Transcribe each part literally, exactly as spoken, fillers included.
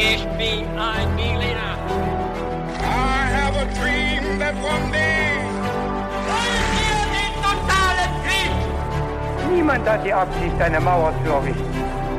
Ich bin ein Berliner. I have a dream that one day. Wollen wir den totalen Krieg? Niemand hat die Absicht, eine Mauer zu errichten.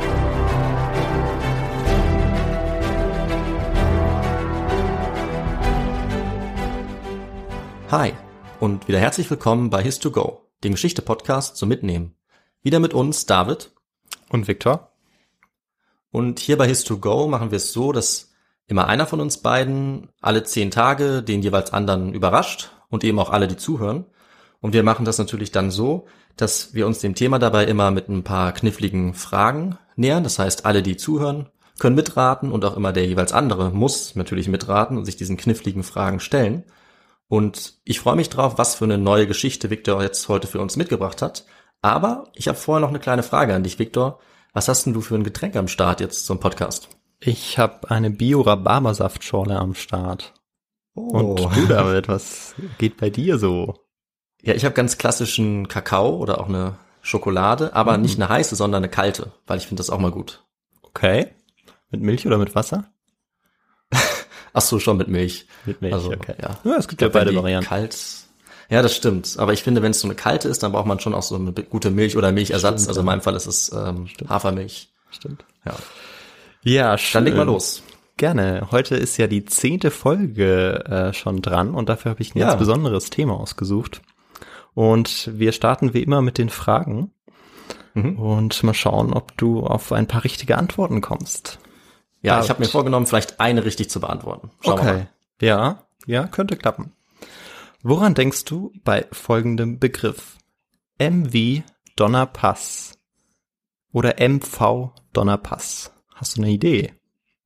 Hi und wieder herzlich willkommen bei His to Go, dem Geschichte-Podcast zum Mitnehmen. Wieder mit uns David und Viktor. Und hier bei His to Go machen wir es so, dass immer einer von uns beiden alle zehn Tage den jeweils anderen überrascht und eben auch alle, die zuhören. Und wir machen das natürlich dann so, dass wir uns dem Thema dabei immer mit ein paar kniffligen Fragen nähern. Das heißt, alle, die zuhören, können mitraten und auch immer der jeweils andere muss natürlich mitraten und sich diesen kniffligen Fragen stellen. Und ich freue mich drauf, was für eine neue Geschichte Viktor jetzt heute für uns mitgebracht hat. Aber ich habe vorher noch eine kleine Frage an dich, Viktor. Was hast denn du für ein Getränk am Start jetzt zum Podcast? Ich habe eine Bio-Rhabarbersaftschorle am Start. Oh. Und du, David, was geht bei dir so? Ja, ich habe ganz klassischen Kakao oder auch eine Schokolade, aber mhm. nicht eine heiße, sondern eine kalte, weil ich finde das auch mal gut. Okay. Mit Milch oder mit Wasser? Ach so, schon mit Milch. Mit Milch, also, okay. Ja, ja es gibt ja beide Varianten. Kalt. Ja, das stimmt. Aber ich finde, wenn es so eine kalte ist, dann braucht man schon auch so eine gute Milch oder Milchersatz. Stimmt, also in meinem Fall ist es ähm, Hafermilch. Stimmt. Ja. Ja, schön. Dann leg mal los. Gerne. Heute ist ja die zehnte Folge äh, schon dran und dafür habe ich ein ja. ganz besonderes Thema ausgesucht. Und wir starten wie immer mit den Fragen mhm. und mal schauen, ob du auf ein paar richtige Antworten kommst. Ja, ich habe mir vorgenommen, vielleicht eine richtig zu beantworten. Schauen okay. wir mal. Ja, ja, könnte klappen. Woran denkst du bei folgendem Begriff? M wie Donnerpass oder M V Donnerpass? Hast du eine Idee?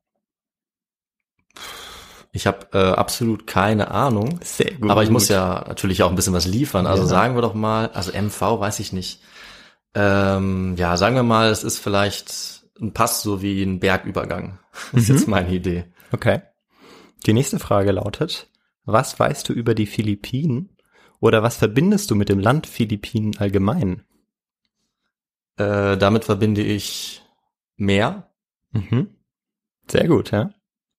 Ich habe äh, absolut keine Ahnung. Sehr gut. Aber ich muss ja natürlich auch ein bisschen was liefern. Also ja. sagen wir doch mal, also M V weiß ich nicht. Ähm, ja, sagen wir mal, es ist vielleicht ein Pass so wie ein Bergübergang. Das ist mhm. jetzt meine Idee. Okay. Die nächste Frage lautet, was weißt du über die Philippinen oder was verbindest du mit dem Land Philippinen allgemein? Äh, damit verbinde ich Meer. Mhm. Sehr gut, ja.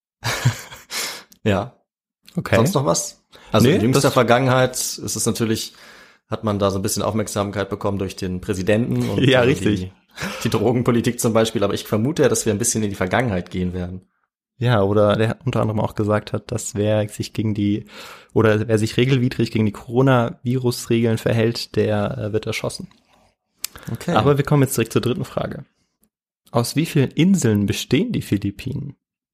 Ja. Okay. Sonst noch was? Also nee, in jüngster Vergangenheit ist es natürlich, hat man da so ein bisschen Aufmerksamkeit bekommen durch den Präsidenten und ja, also richtig. Die, die Drogenpolitik zum Beispiel, aber ich vermute ja, dass wir ein bisschen in die Vergangenheit gehen werden. Ja, oder der unter anderem auch gesagt hat, dass wer sich gegen die, oder wer sich regelwidrig gegen die Coronavirus-Regeln verhält, der äh, wird erschossen. Okay. Aber wir kommen jetzt direkt zur dritten Frage. Aus wie vielen Inseln bestehen die Philippinen?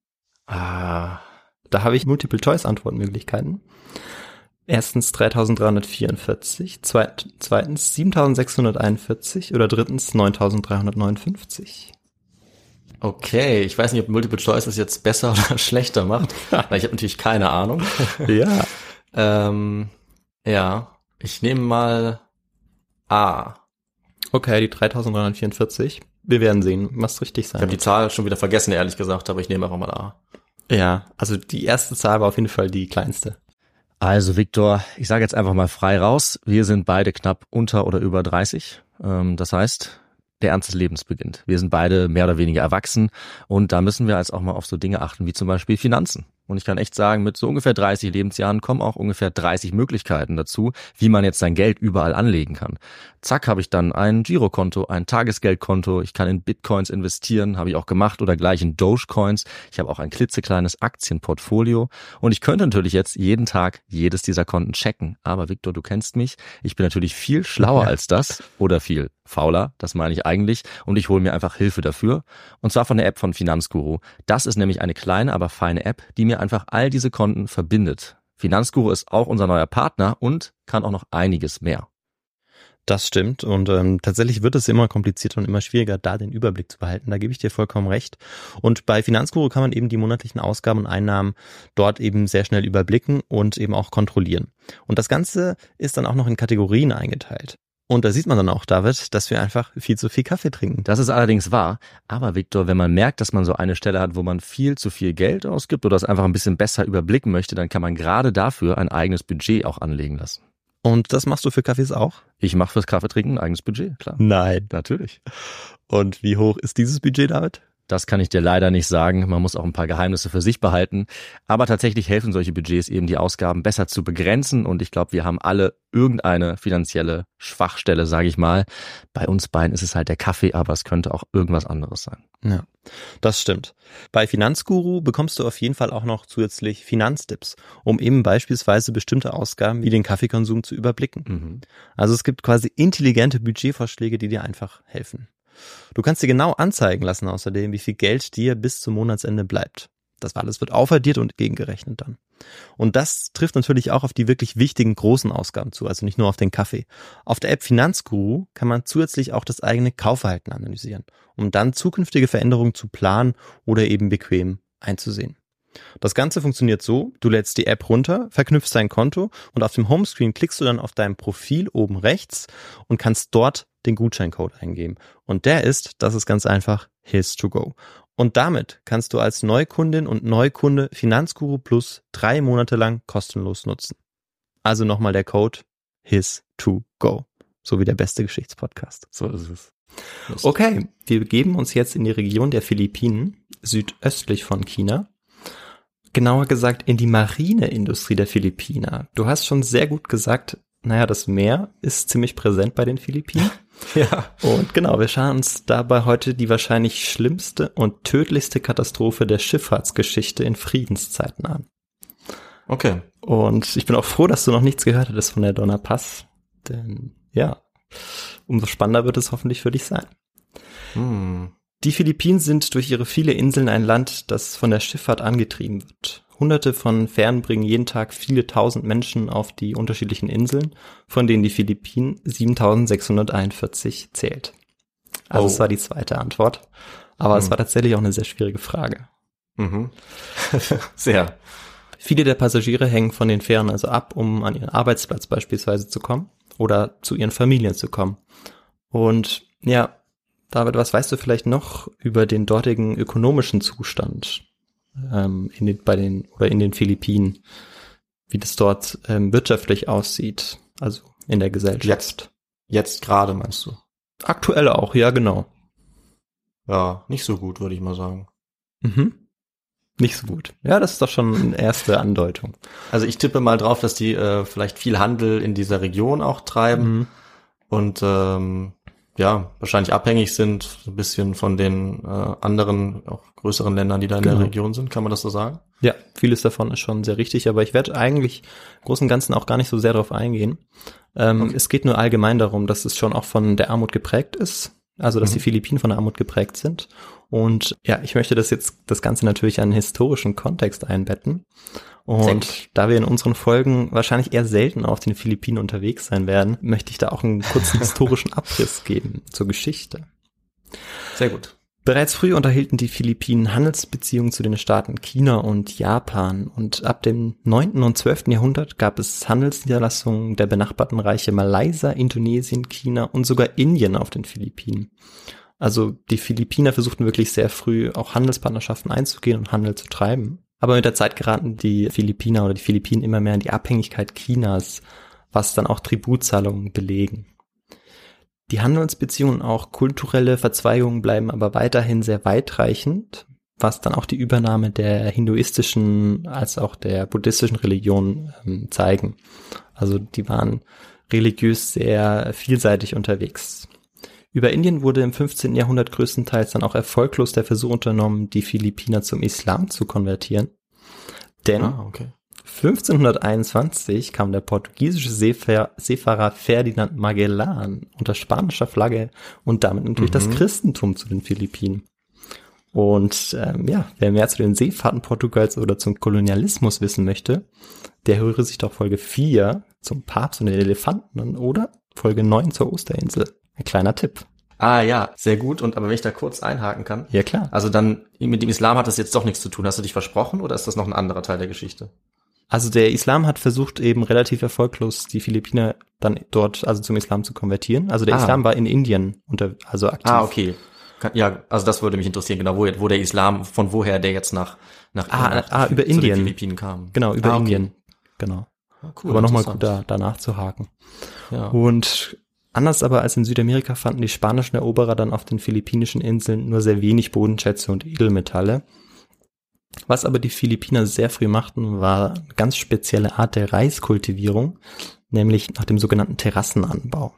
Ah, da habe ich Multiple-Choice-Antwortmöglichkeiten. Erstens dreitausenddreihundertvierundvierzig, zweit, zweitens siebentausendsechshunderteinundvierzig oder drittens neuntausenddreihundertneunundfünfzig. Okay, ich weiß nicht, ob Multiple Choice es jetzt besser oder schlechter macht, weil ich habe natürlich keine Ahnung. Ja. ähm, ja, ich nehme mal A. Okay, die dreitausenddreihundertvierundvierzig. Wir werden sehen, was richtig sein Ich habe die Zahl schon wieder vergessen, ehrlich gesagt, aber ich nehme einfach mal A. Ja, also die erste Zahl war auf jeden Fall die kleinste. Also Viktor, ich sage jetzt einfach mal frei raus, wir sind beide knapp unter oder über dreißig. Ähm, das heißt, der Ernst des Lebens beginnt. Wir sind beide mehr oder weniger erwachsen und da müssen wir jetzt auch mal auf so Dinge achten wie zum Beispiel Finanzen. Und ich kann echt sagen, mit so ungefähr dreißig Lebensjahren kommen auch ungefähr dreißig Möglichkeiten dazu, wie man jetzt sein Geld überall anlegen kann. Zack, habe ich dann ein Girokonto, ein Tagesgeldkonto, ich kann in Bitcoins investieren, habe ich auch gemacht, oder gleich in Dogecoins. Ich habe auch ein klitzekleines Aktienportfolio und ich könnte natürlich jetzt jeden Tag jedes dieser Konten checken. Aber Viktor, du kennst mich, ich bin natürlich viel schlauer ja. als das oder viel fauler, das meine ich eigentlich, und ich hole mir einfach Hilfe dafür, und zwar von der App von Finanzguru. Das ist nämlich eine kleine, aber feine App, die mir einfach all diese Konten verbindet. Finanzguru ist auch unser neuer Partner und kann auch noch einiges mehr. Das stimmt und ähm, tatsächlich wird es immer komplizierter und immer schwieriger, da den Überblick zu behalten. Da gebe ich dir vollkommen recht. Und bei Finanzguru kann man eben die monatlichen Ausgaben und Einnahmen dort eben sehr schnell überblicken und eben auch kontrollieren. Und das Ganze ist dann auch noch in Kategorien eingeteilt. Und da sieht man dann auch, David, dass wir einfach viel zu viel Kaffee trinken. Das ist allerdings wahr. Aber Viktor, wenn man merkt, dass man so eine Stelle hat, wo man viel zu viel Geld ausgibt oder es einfach ein bisschen besser überblicken möchte, dann kann man gerade dafür ein eigenes Budget auch anlegen lassen. Und das machst du für Kaffees auch? Ich mache fürs Kaffeetrinken ein eigenes Budget, klar. Nein. Natürlich. Und wie hoch ist dieses Budget, David? Das kann ich dir leider nicht sagen. Man muss auch ein paar Geheimnisse für sich behalten. Aber tatsächlich helfen solche Budgets eben, die Ausgaben besser zu begrenzen. Und ich glaube, wir haben alle irgendeine finanzielle Schwachstelle, sage ich mal. Bei uns beiden ist es halt der Kaffee, aber es könnte auch irgendwas anderes sein. Ja, das stimmt. Bei Finanzguru bekommst du auf jeden Fall auch noch zusätzlich Finanztipps, um eben beispielsweise bestimmte Ausgaben wie den Kaffeekonsum zu überblicken. Mhm. Also es gibt quasi intelligente Budgetvorschläge, die dir einfach helfen. Du kannst dir genau anzeigen lassen außerdem, wie viel Geld dir bis zum Monatsende bleibt. Das alles wird aufaddiert und gegengerechnet dann. Und das trifft natürlich auch auf die wirklich wichtigen großen Ausgaben zu, also nicht nur auf den Kaffee. Auf der App Finanzguru kann man zusätzlich auch das eigene Kaufverhalten analysieren, um dann zukünftige Veränderungen zu planen oder eben bequem einzusehen. Das Ganze funktioniert so, du lädst die App runter, verknüpfst dein Konto und auf dem Homescreen klickst du dann auf dein Profil oben rechts und kannst dort den Gutscheincode eingeben. Und der ist, das ist ganz einfach, His to go. Und damit kannst du als Neukundin und Neukunde Finanzguru Plus drei Monate lang kostenlos nutzen. Also nochmal der Code His to go. So wie der beste Geschichtspodcast. So ist es. Okay, wir begeben uns jetzt in die Region der Philippinen, südöstlich von China. Genauer gesagt in die Marineindustrie der Philippiner. Du hast schon sehr gut gesagt, naja, das Meer ist ziemlich präsent bei den Philippinen. Ja. Und genau, wir schauen uns dabei heute die wahrscheinlich schlimmste und tödlichste Katastrophe der Schifffahrtsgeschichte in Friedenszeiten an. Okay. Und ich bin auch froh, dass du noch nichts gehört hattest von der Dona Paz. Denn ja, umso spannender wird es hoffentlich für dich sein. Hm. Die Philippinen sind durch ihre viele Inseln ein Land, das von der Schifffahrt angetrieben wird. Hunderte von Fähren bringen jeden Tag viele tausend Menschen auf die unterschiedlichen Inseln, von denen die Philippinen siebentausendsechshunderteinundvierzig zählt. Also Oh. es war die zweite Antwort, aber Hm. es war tatsächlich auch eine sehr schwierige Frage. Mhm. Sehr. Viele der Passagiere hängen von den Fähren also ab, um an ihren Arbeitsplatz beispielsweise zu kommen oder zu ihren Familien zu kommen. Und ja, David, was weißt du vielleicht noch über den dortigen ökonomischen Zustand ähm, in den, bei den oder in den Philippinen, wie das dort ähm, wirtschaftlich aussieht, also in der Gesellschaft? Jetzt, jetzt gerade meinst du? Aktuell auch, ja genau. Ja, nicht so gut, würde ich mal sagen. Mhm. Nicht so gut. Ja, das ist doch schon eine erste Andeutung. Also ich tippe mal drauf, dass die äh, vielleicht viel Handel in dieser Region auch treiben Mhm. und ähm, ja, wahrscheinlich abhängig sind so ein bisschen von den äh, anderen, auch größeren Ländern, die da in Genau. der Region sind. Kann man das so sagen? Ja, vieles davon ist schon sehr richtig, aber ich werde eigentlich im Großen und Ganzen auch gar nicht so sehr darauf eingehen. Ähm, Okay. Es geht nur allgemein darum, dass es schon auch von der Armut geprägt ist, also dass Mhm. die Philippinen von der Armut geprägt sind. Und ja, ich möchte das jetzt, das Ganze natürlich einen historischen Kontext einbetten. Und Sehr da wir in unseren Folgen wahrscheinlich eher selten auf den Philippinen unterwegs sein werden, möchte ich da auch einen kurzen historischen Abriss geben zur Geschichte. Sehr gut. Bereits früh unterhielten die Philippinen Handelsbeziehungen zu den Staaten China und Japan und ab dem neunten und zwölften Jahrhundert gab es Handelsniederlassungen der benachbarten Reiche Malaysia, Indonesien, China und sogar Indien auf den Philippinen. Also die Philippiner versuchten wirklich sehr früh auch Handelspartnerschaften einzugehen und Handel zu treiben. Aber mit der Zeit geraten die Philippiner oder die Philippinen immer mehr in die Abhängigkeit Chinas, was dann auch Tributzahlungen belegen. Die Handelsbeziehungen und auch kulturelle Verzweigungen bleiben aber weiterhin sehr weitreichend, was dann auch die Übernahme der hinduistischen als auch der buddhistischen Religion ähm, zeigen. Also die waren religiös sehr vielseitig unterwegs. Über Indien wurde im fünfzehnten Jahrhundert größtenteils dann auch erfolglos der Versuch unternommen, die Philippiner zum Islam zu konvertieren. Denn Ah, okay. fünfzehnhunderteinundzwanzig kam der portugiesische Seefahr- Seefahrer Ferdinand Magellan unter spanischer Flagge und damit natürlich Mhm. das Christentum zu den Philippinen. Und ähm, ja, wer mehr zu den Seefahrten Portugals oder zum Kolonialismus wissen möchte, der höre sich doch Folge vier zum Papst und den Elefanten an oder Folge neun zur Osterinsel. Ein kleiner Tipp. Ah ja, sehr gut. Und aber wenn ich da kurz einhaken kann. Ja, klar. Also dann, mit dem Islam hat das jetzt doch nichts zu tun. Hast du dich versprochen oder ist das noch ein anderer Teil der Geschichte? Also der Islam hat versucht, eben relativ erfolglos die Philippiner dann dort also zum Islam zu konvertieren. Also der Ah. Islam war in Indien unter, also aktiv. Ah, okay. Kann, ja, also das würde mich interessieren, genau, wo, wo der Islam, von woher der jetzt nach, nach, Ah, nach ah, über zu Indien. den Philippinen kam. Genau, über Ah, okay. Indien. Genau. Ah, cool, Aber nochmal interessant. gut da, da nachzuhaken. Ja. Und Anders aber als in Südamerika fanden die spanischen Eroberer dann auf den philippinischen Inseln nur sehr wenig Bodenschätze und Edelmetalle. Was aber die Philippiner sehr früh machten, war eine ganz spezielle Art der Reiskultivierung, nämlich nach dem sogenannten Terrassenanbau.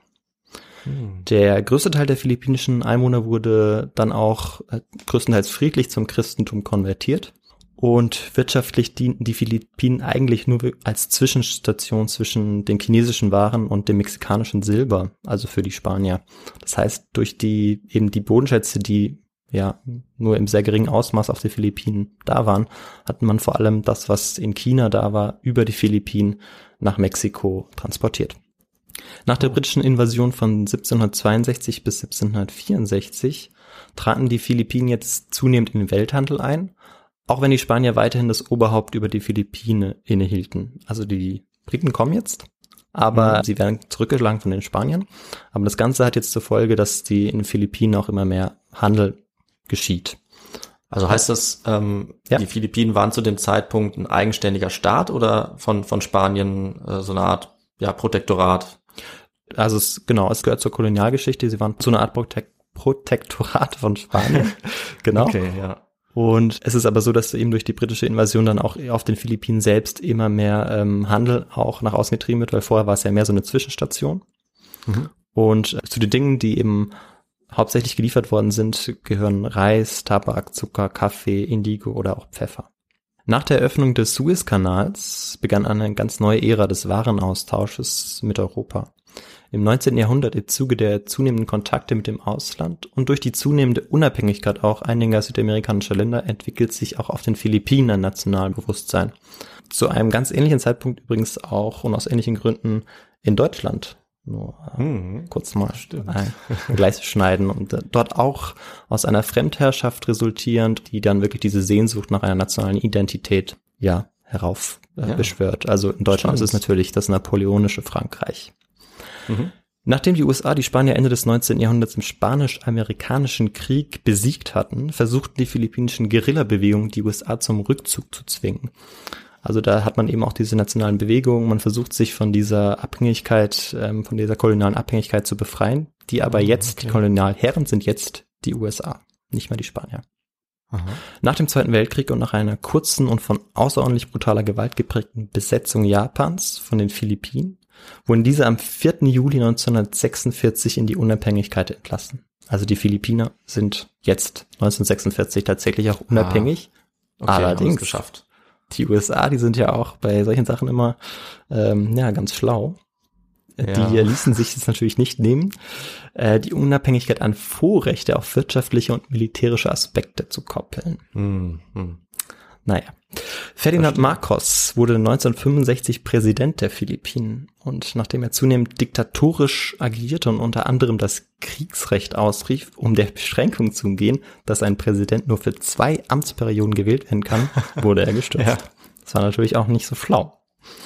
Hm. Der größte Teil der philippinischen Einwohner wurde dann auch größtenteils friedlich zum Christentum konvertiert. Und wirtschaftlich dienten die Philippinen eigentlich nur als Zwischenstation zwischen den chinesischen Waren und dem mexikanischen Silber, also für die Spanier. Das heißt, durch die eben die Bodenschätze, die ja nur im sehr geringen Ausmaß auf den Philippinen da waren, hat man vor allem das, was in China da war, über die Philippinen nach Mexiko transportiert. Nach der britischen Invasion von siebzehnhundertzweiundsechzig bis siebzehnhundertvierundsechzig traten die Philippinen jetzt zunehmend in den Welthandel ein, auch wenn die Spanier weiterhin das Oberhaupt über die Philippinen innehielten. Also die Briten kommen jetzt, aber mhm. sie werden zurückgeschlagen von den Spaniern. Aber das Ganze hat jetzt zur Folge, dass die in den Philippinen auch immer mehr Handel geschieht. Also heißt das, ähm, ja. die Philippinen waren zu dem Zeitpunkt ein eigenständiger Staat oder von von Spanien äh, so eine Art ja Protektorat? Also es, genau, es gehört zur Kolonialgeschichte. Sie waren so eine Art Protek- Protektorat von Spanien. Genau. Okay, ja. Und es ist aber so, dass eben durch die britische Invasion dann auch auf den Philippinen selbst immer mehr ähm, Handel auch nach außen getrieben wird, weil vorher war es ja mehr so eine Zwischenstation. Mhm. Und zu den Dingen, die eben hauptsächlich geliefert worden sind, gehören Reis, Tabak, Zucker, Kaffee, Indigo oder auch Pfeffer. Nach der Eröffnung des Suezkanals begann eine ganz neue Ära des Warenaustausches mit Europa. Im neunzehnten Jahrhundert im Zuge der zunehmenden Kontakte mit dem Ausland und durch die zunehmende Unabhängigkeit auch einiger südamerikanischer Länder entwickelt sich auch auf den Philippinen ein Nationalbewusstsein. Zu einem ganz ähnlichen Zeitpunkt übrigens auch und aus ähnlichen Gründen in Deutschland. Nur äh, mhm, kurz mal ein Vergleich schneiden und äh, dort auch aus einer Fremdherrschaft resultierend, die dann wirklich diese Sehnsucht nach einer nationalen Identität ja herauf äh, ja. beschwört. Also in Deutschland Spannend. Ist es natürlich das napoleonische Frankreich. Mhm. Nachdem die U S A die Spanier Ende des neunzehnten Jahrhunderts im Spanisch-Amerikanischen Krieg besiegt hatten, versuchten die philippinischen Guerilla-Bewegungen die U S A zum Rückzug zu zwingen. Also da hat man eben auch diese nationalen Bewegungen, man versucht sich von dieser Abhängigkeit, ähm, von dieser kolonialen Abhängigkeit zu befreien, die aber jetzt, okay. die Kolonialherren sind jetzt die U S A, nicht mehr die Spanier. Aha. Nach dem Zweiten Weltkrieg und nach einer kurzen und von außerordentlich brutaler Gewalt geprägten Besetzung Japans von den Philippinen wurden diese am vierten Juli neunzehnhundertsechsundvierzig in die Unabhängigkeit entlassen. Also die Philippiner sind jetzt neunzehnhundertsechsundvierzig tatsächlich auch unabhängig. Ah, okay, allerdings geschafft. Die U S A, die sind ja auch bei solchen Sachen immer ähm, ja ganz schlau. Ja. Die ließen sich das natürlich nicht nehmen, äh, die Unabhängigkeit an Vorrechte auf wirtschaftliche und militärische Aspekte zu koppeln. Hm, hm. Naja. Ferdinand Marcos wurde neunzehnhundertfünfundsechzig Präsident der Philippinen und nachdem er zunehmend diktatorisch agierte und unter anderem das Kriegsrecht ausrief, um der Beschränkung zu umgehen, dass ein Präsident nur für zwei Amtsperioden gewählt werden kann, wurde er gestürzt. Ja. Das war natürlich auch nicht so schlau.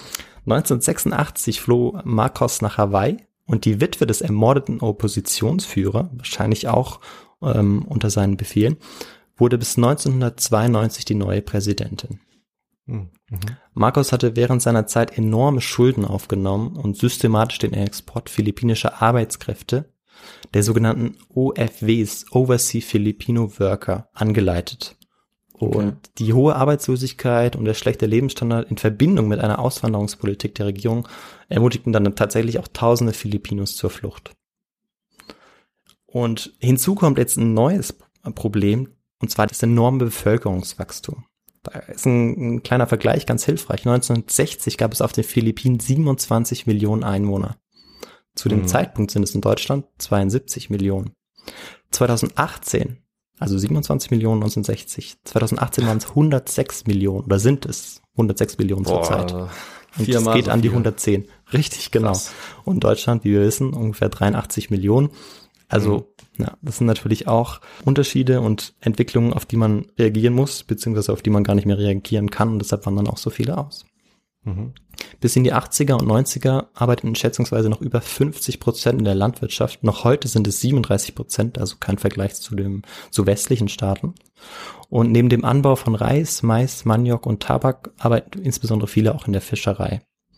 neunzehnhundertsechsundachtzig floh Marcos nach Hawaii und die Witwe des ermordeten Oppositionsführers, wahrscheinlich auch ähm, unter seinen Befehlen, wurde bis neunzehnhundertzweiundneunzig die neue Präsidentin. Mhm. Marcos hatte während seiner Zeit enorme Schulden aufgenommen und systematisch den Export philippinischer Arbeitskräfte, der sogenannten O F Ws, Overseas Filipino Worker, angeleitet. Und okay. die hohe Arbeitslosigkeit und der schlechte Lebensstandard in Verbindung mit einer Auswanderungspolitik der Regierung ermutigten dann tatsächlich auch tausende Filipinos zur Flucht. Und hinzu kommt jetzt ein neues Problem, und zwar das enorme Bevölkerungswachstum. Da ist ein, ein kleiner Vergleich ganz hilfreich. neunzehnhundertsechzig gab es auf den Philippinen siebenundzwanzig Millionen Einwohner. Zu dem mhm. Zeitpunkt sind es in Deutschland zweiundsiebzig Millionen. zweitausendachtzehn, also siebenundzwanzig Millionen neunzehnhundertsechzig, zweitausendachtzehn waren es hundertsechs Millionen, oder sind es hundertsechs Millionen zurzeit. Und es geht so an die viel. hundertzehn. Richtig, genau. Krass. Und Deutschland, wie wir wissen, ungefähr dreiundachtzig Millionen. Also mhm. ja, das sind natürlich auch Unterschiede und Entwicklungen, auf die man reagieren muss, beziehungsweise auf die man gar nicht mehr reagieren kann, und deshalb wandern auch so viele aus. Mhm. Bis in die achtziger und neunziger arbeiteten schätzungsweise noch über fünfzig Prozent in der Landwirtschaft. Noch heute sind es siebenunddreißig Prozent, also kein Vergleich zu dem zu westlichen Staaten. Und neben dem Anbau von Reis, Mais, Maniok und Tabak arbeiten insbesondere viele auch in der Fischerei.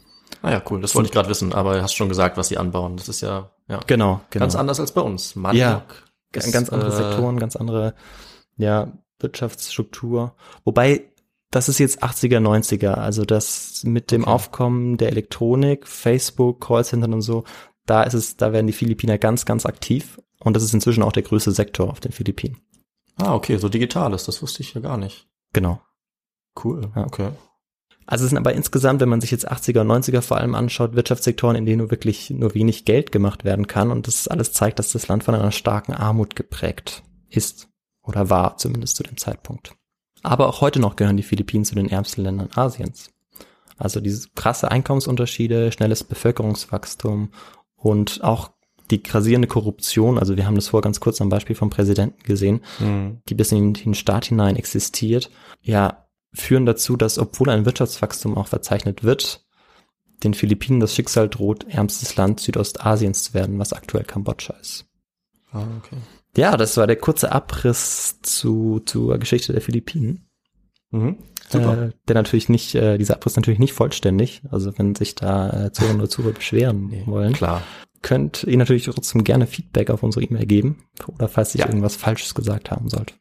Ah ja, cool, das wollte ich gerade wissen, aber du hast schon gesagt, was sie anbauen. Das ist ja, ja Genau, genau. ganz anders als bei uns. Maniok Ja, ist, ganz andere äh, Sektoren, ganz andere ja, Wirtschaftsstruktur. Wobei, das ist jetzt achtziger, neunziger, also das mit dem Okay. Aufkommen der Elektronik, Facebook, Callcentern und so, da ist es, da werden die Philippiner ganz, ganz aktiv und das ist inzwischen auch der größte Sektor auf den Philippinen. Ah, okay, so Digitales, das wusste ich ja gar nicht. Genau. Cool, Ja. okay. Also es sind aber insgesamt, wenn man sich jetzt achtziger und neunziger vor allem anschaut, Wirtschaftssektoren, in denen nur wirklich nur wenig Geld gemacht werden kann und das alles zeigt, dass das Land von einer starken Armut geprägt ist oder war, zumindest zu dem Zeitpunkt. Aber auch heute noch gehören die Philippinen zu den ärmsten Ländern Asiens. Also diese krasse Einkommensunterschiede, schnelles Bevölkerungswachstum und auch die grassierende Korruption, also wir haben das vorher ganz kurz am Beispiel vom Präsidenten gesehen, Hm. die bis in den Staat hinein existiert, ja, führen dazu, dass, obwohl ein Wirtschaftswachstum auch verzeichnet wird, den Philippinen das Schicksal droht, ärmstes Land Südostasiens zu werden, was aktuell Kambodscha ist. Ah, okay. Ja, das war der kurze Abriss zu zur Geschichte der Philippinen. Mhm. Super. Äh, der natürlich nicht, äh, dieser Abriss natürlich nicht vollständig. Also wenn sich da äh, Zuhörer oder Zuhörer beschweren Nee, wollen, klar. könnt ihr natürlich trotzdem gerne Feedback auf unsere E-Mail geben oder falls ich Ja. irgendwas Falsches gesagt haben sollte.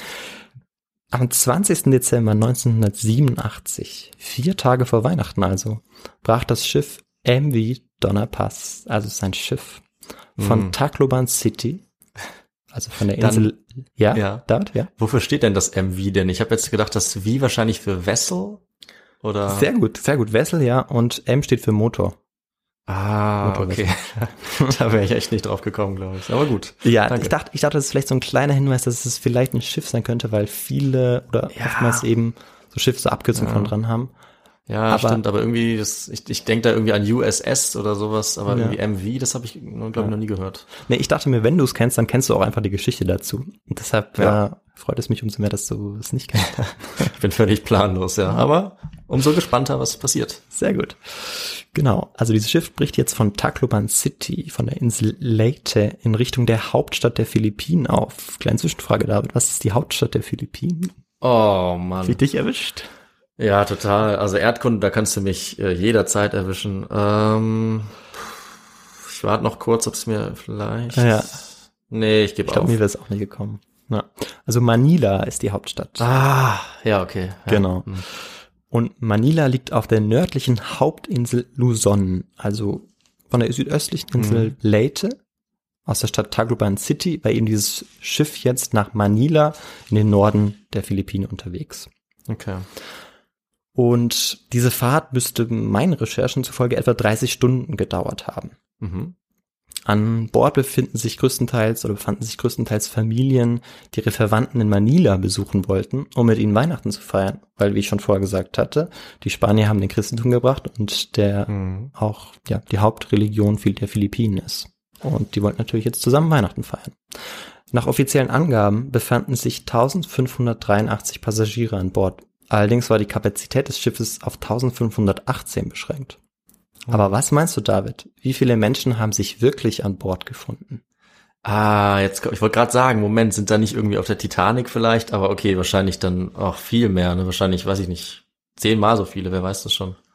Am zwanzigsten Dezember neunzehnhundertsiebenundachtzig, vier Tage vor Weihnachten also, brach das Schiff M V Donna Pass, also sein Schiff, von Mhm. Tacloban City, also von der Dann- Insel, ja, ja. David, ja. Wofür steht denn das M V denn? Ich habe jetzt gedacht, das V wahrscheinlich für Vessel oder? Sehr gut, sehr gut, Vessel, ja, und M steht für Motor. Ah, Motorvessel. okay. Da wäre ich echt nicht drauf gekommen, glaube ich. Aber gut. Ja, Danke. ich dachte, ich dachte, das ist vielleicht so ein kleiner Hinweis, dass es vielleicht ein Schiff sein könnte, weil viele oder Ja. oftmals eben so Schiffe so Abkürzungen Ja. von dran haben. Ja, Aber- stimmt, aber irgendwie, das, ich, ich denke da irgendwie an U S S oder sowas, aber Ja. irgendwie M V, das habe ich, glaube ich, Ja. noch nie gehört. Nee, ich dachte mir, wenn du es kennst, dann kennst du auch einfach die Geschichte dazu. Und deshalb Ja. äh, freut es mich umso mehr, dass du es nicht kennst. Ich bin völlig planlos, ja. Aber umso gespannter, was passiert. Sehr gut. Genau, also dieses Schiff bricht jetzt von Tacloban City, von der Insel Leyte, in Richtung der Hauptstadt der Philippinen auf. Kleine Zwischenfrage, David, was ist die Hauptstadt der Philippinen? Oh, Mann. Wie dich erwischt? Ja, total. Also Erdkunde, da kannst du mich äh, jederzeit erwischen. Ähm, ich warte noch kurz, ob es mir vielleicht... Ja. Nee, ich gebe Ich glaube, auf. mir wäre es auch nicht gekommen. Ja. Also Manila ist die Hauptstadt. Ah, ja, okay. Ja. Genau. Hm. Und Manila liegt auf der nördlichen Hauptinsel Luzon, also von der südöstlichen Insel Mhm. Leyte, aus der Stadt Tacloban City, war eben dieses Schiff jetzt nach Manila in den Norden der Philippinen unterwegs. Okay. Und diese Fahrt müsste meinen Recherchen zufolge etwa dreißig Stunden gedauert haben. Mhm. An Bord befinden sich größtenteils oder befanden sich größtenteils Familien, die ihre Verwandten in Manila besuchen wollten, um mit ihnen Weihnachten zu feiern. Weil, wie ich schon vorher gesagt hatte, die Spanier haben den Christentum gebracht und der Mhm. auch ja die Hauptreligion viel der Philippinen ist. Und die wollten natürlich jetzt zusammen Weihnachten feiern. Nach offiziellen Angaben befanden sich eintausendfünfhundertdreiundachtzig Passagiere an Bord. Allerdings war die Kapazität des Schiffes auf eintausendfünfhundertachtzehn beschränkt. Aber was meinst du, David? Wie viele Menschen haben sich wirklich an Bord gefunden? Ah, jetzt, ich wollte gerade sagen, Moment, sind da nicht irgendwie auf der Titanic vielleicht? Aber okay, wahrscheinlich dann auch viel mehr, ne? Wahrscheinlich, weiß ich nicht, zehnmal so viele, wer weiß das schon.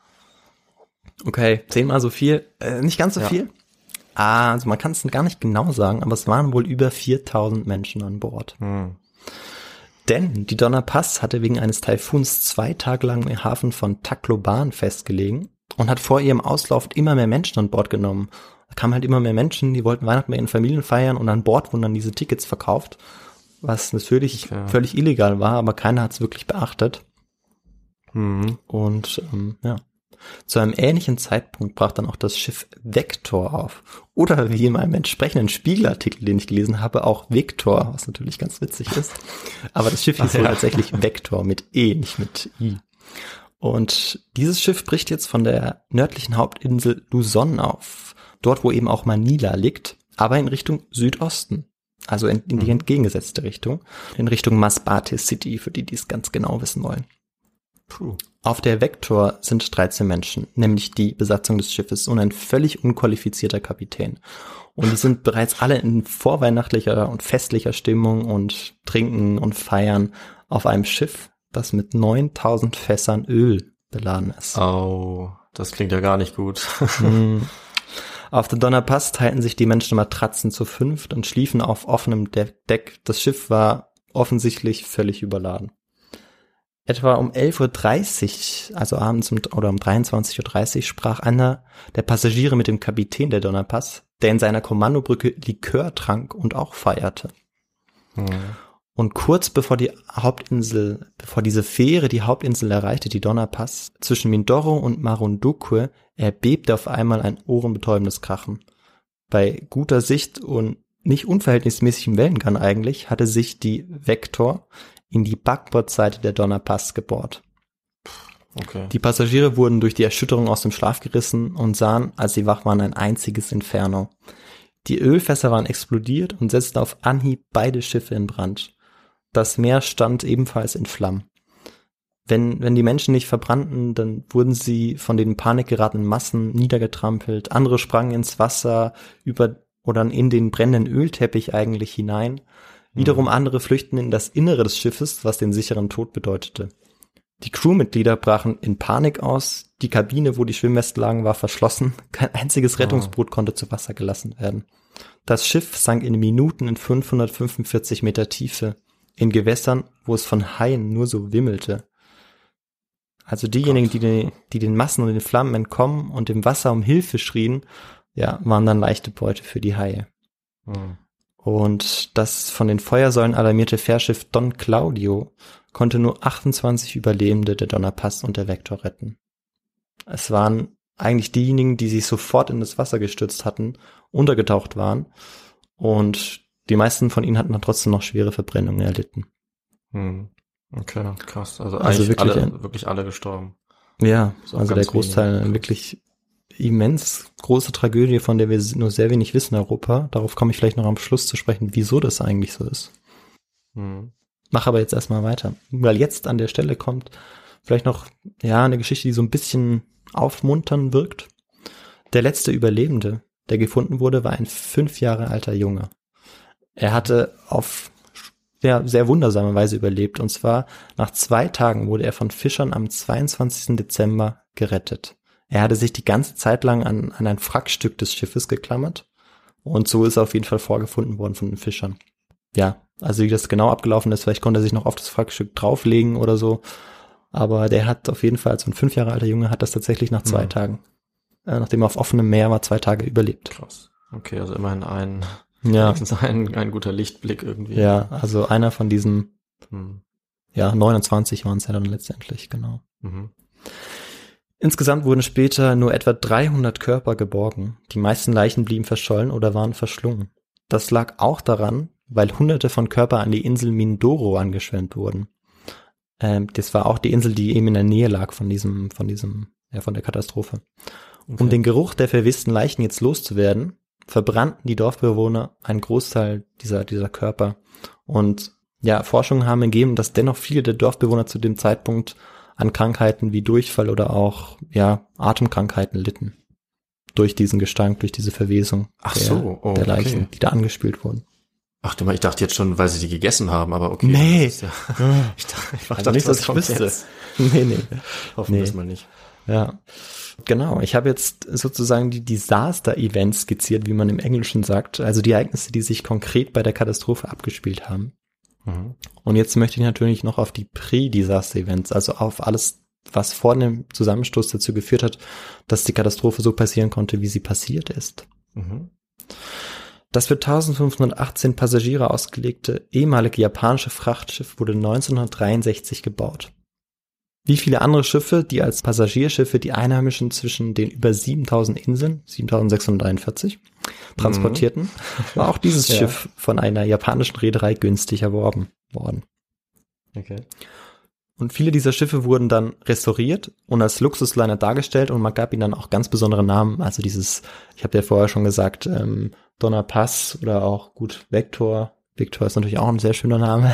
Okay, zehnmal so viel, äh, nicht ganz so Ja. viel. Ah, also man kann es gar nicht genau sagen, aber es waren wohl über viertausend Menschen an Bord. Hm. Denn die Donna Pass hatte wegen eines Taifuns zwei Tage lang im Hafen von Tacloban festgelegen und hat vor ihrem Auslauf immer mehr Menschen an Bord genommen. Da kamen halt immer mehr Menschen, die wollten Weihnachten mit ihren Familien feiern und an Bord wurden dann diese Tickets verkauft, was natürlich Okay. völlig illegal war, aber keiner hat es wirklich beachtet. Mhm. Und ähm, ja, zu einem ähnlichen Zeitpunkt brach dann auch das Schiff Vector auf. Oder wie in einem entsprechenden Spiegelartikel, den ich gelesen habe, auch Victor, was natürlich ganz witzig ist. Aber das Schiff hieß wohl ja. tatsächlich Vector mit E, nicht mit I. Und dieses Schiff bricht jetzt von der nördlichen Hauptinsel Luzon auf. Dort, wo eben auch Manila liegt, aber in Richtung Südosten. Also in, in die Mhm. entgegengesetzte Richtung. In Richtung Masbate City, für die, die es ganz genau wissen wollen. Puh. Auf der Vector sind dreizehn Menschen, nämlich die Besatzung des Schiffes und ein völlig unqualifizierter Kapitän. Und die sind bereits alle in vorweihnachtlicher und festlicher Stimmung und trinken und feiern auf einem Schiff, das mit neuntausend Fässern Öl beladen ist. Oh, das klingt ja gar nicht gut. Hm. Auf dem Donnerpass teilten sich die Menschen Matratzen zu fünft und schliefen auf offenem De- Deck. Das Schiff war offensichtlich völlig überladen. Etwa um elf Uhr dreißig, also abends um, oder um dreiundzwanzig Uhr dreißig, sprach einer der Passagiere mit dem Kapitän der Donnerpass, der in seiner Kommandobrücke Likör trank und auch feierte. Hm. Und kurz bevor die Hauptinsel, bevor diese Fähre die Hauptinsel erreichte, die Donnerpass, zwischen Mindoro und Marunduque, erbebte auf einmal ein ohrenbetäubendes Krachen. Bei guter Sicht und nicht unverhältnismäßigem Wellengang eigentlich, hatte sich die Vector in die Backbordseite der Donnerpass gebohrt. Okay. Die Passagiere wurden durch die Erschütterung aus dem Schlaf gerissen und sahen, als sie wach waren, ein einziges Inferno. Die Ölfässer waren explodiert und setzten auf Anhieb beide Schiffe in Brand. Das Meer stand ebenfalls in Flammen. Wenn, wenn die Menschen nicht verbrannten, dann wurden sie von den in Panik geratenen Massen niedergetrampelt. Andere sprangen ins Wasser über oder in den brennenden Ölteppich eigentlich hinein. Wiederum mhm. andere flüchteten in das Innere des Schiffes, was den sicheren Tod bedeutete. Die Crewmitglieder brachen in Panik aus. Die Kabine, wo die Schwimmwesten lagen, war verschlossen. Kein einziges Rettungsboot konnte zu Wasser gelassen werden. Das Schiff sank in Minuten in fünfhundertfünfundvierzig Meter Tiefe. In Gewässern, wo es von Haien nur so wimmelte. Also diejenigen, die, die, die den Massen und den Flammen entkommen und im Wasser um Hilfe schrien, ja, waren dann leichte Beute für die Haie. Mhm. Und das von den Feuersäulen alarmierte Fährschiff Don Claudio konnte nur achtundzwanzig Überlebende der Donnerpass und der Vector retten. Es waren eigentlich diejenigen, die sich sofort in das Wasser gestürzt hatten, untergetaucht waren und die meisten von ihnen hatten dann trotzdem noch schwere Verbrennungen erlitten. Hm. Okay, krass. Also, also eigentlich wirklich, alle, wirklich alle gestorben. Ja, also der Großteil wenig. Wirklich immens große Tragödie, von der wir nur sehr wenig wissen in Europa. Darauf komme ich vielleicht noch am Schluss zu sprechen, wieso das eigentlich so ist. Hm. Mach aber jetzt erstmal weiter. Weil jetzt an der Stelle kommt vielleicht noch, ja, eine Geschichte, die so ein bisschen aufmunternd wirkt. Der letzte Überlebende, der gefunden wurde, war ein fünf Jahre alter Junge. Er hatte auf ja, sehr wundersame Weise überlebt. Und zwar nach zwei Tagen wurde er von Fischern am zweiundzwanzigsten Dezember gerettet. Er hatte sich die ganze Zeit lang an, an ein Wrackstück des Schiffes geklammert. Und so ist er auf jeden Fall vorgefunden worden von den Fischern. Ja, also wie das genau abgelaufen ist, vielleicht konnte er sich noch auf das Wrackstück drauflegen oder so. Aber der hat auf jeden Fall, also ein fünf Jahre alter Junge, hat das tatsächlich nach zwei mhm. Tagen, äh, nachdem er auf offenem Meer war, zwei Tage überlebt. Krass. Okay, also immerhin ein... Ja. Ein, ein guter Lichtblick irgendwie. Ja, also einer von diesen, hm. ja, neunundzwanzig waren es ja dann letztendlich, genau. Mhm. Insgesamt wurden später nur etwa dreihundert Körper geborgen. Die meisten Leichen blieben verschollen oder waren verschlungen. Das lag auch daran, weil hunderte von Körpern an die Insel Mindoro angeschwemmt wurden. Ähm, das war auch die Insel, die eben in der Nähe lag von diesem, von diesem, ja, von der Katastrophe. Okay. Um den Geruch der verwisten Leichen jetzt loszuwerden, verbrannten die Dorfbewohner einen Großteil dieser, dieser Körper. Und ja, Forschungen haben ergeben, dass dennoch viele der Dorfbewohner zu dem Zeitpunkt an Krankheiten wie Durchfall oder auch, ja, Atemkrankheiten litten. Durch diesen Gestank, durch diese Verwesung Ach der, so, oh, der Leichen, okay. die da angespült wurden. Ach du mal, ich dachte jetzt schon, weil sie die gegessen haben, aber okay. Nee. Das ist ja, ich dachte, ich also nicht, dass ich wüsste. Nee, nee. Hoffen wir es mal nicht. Ja. Genau, ich habe jetzt sozusagen die Disaster-Events skizziert, wie man im Englischen sagt, also die Ereignisse, die sich konkret bei der Katastrophe abgespielt haben. Mhm. Und jetzt möchte ich natürlich noch auf die Pre-Disaster-Events, also auf alles, was vor dem Zusammenstoß dazu geführt hat, dass die Katastrophe so passieren konnte, wie sie passiert ist. Mhm. Das für eintausendfünfhundertachtzehn Passagiere ausgelegte ehemalige japanische Frachtschiff wurde neunzehnhundertdreiundsechzig gebaut. Wie viele andere Schiffe, die als Passagierschiffe die Einheimischen zwischen den über siebentausend Inseln, siebentausendsechshunderteinundvierzig, transportierten, mhm. war auch dieses ja. Schiff von einer japanischen Reederei günstig erworben worden. Okay. Und viele dieser Schiffe wurden dann restauriert und als Luxusliner dargestellt und man gab ihnen dann auch ganz besondere Namen. Also dieses, ich habe ja vorher schon gesagt, ähm, Donnerpass oder auch gut Vector. Vector ist natürlich auch ein sehr schöner Name.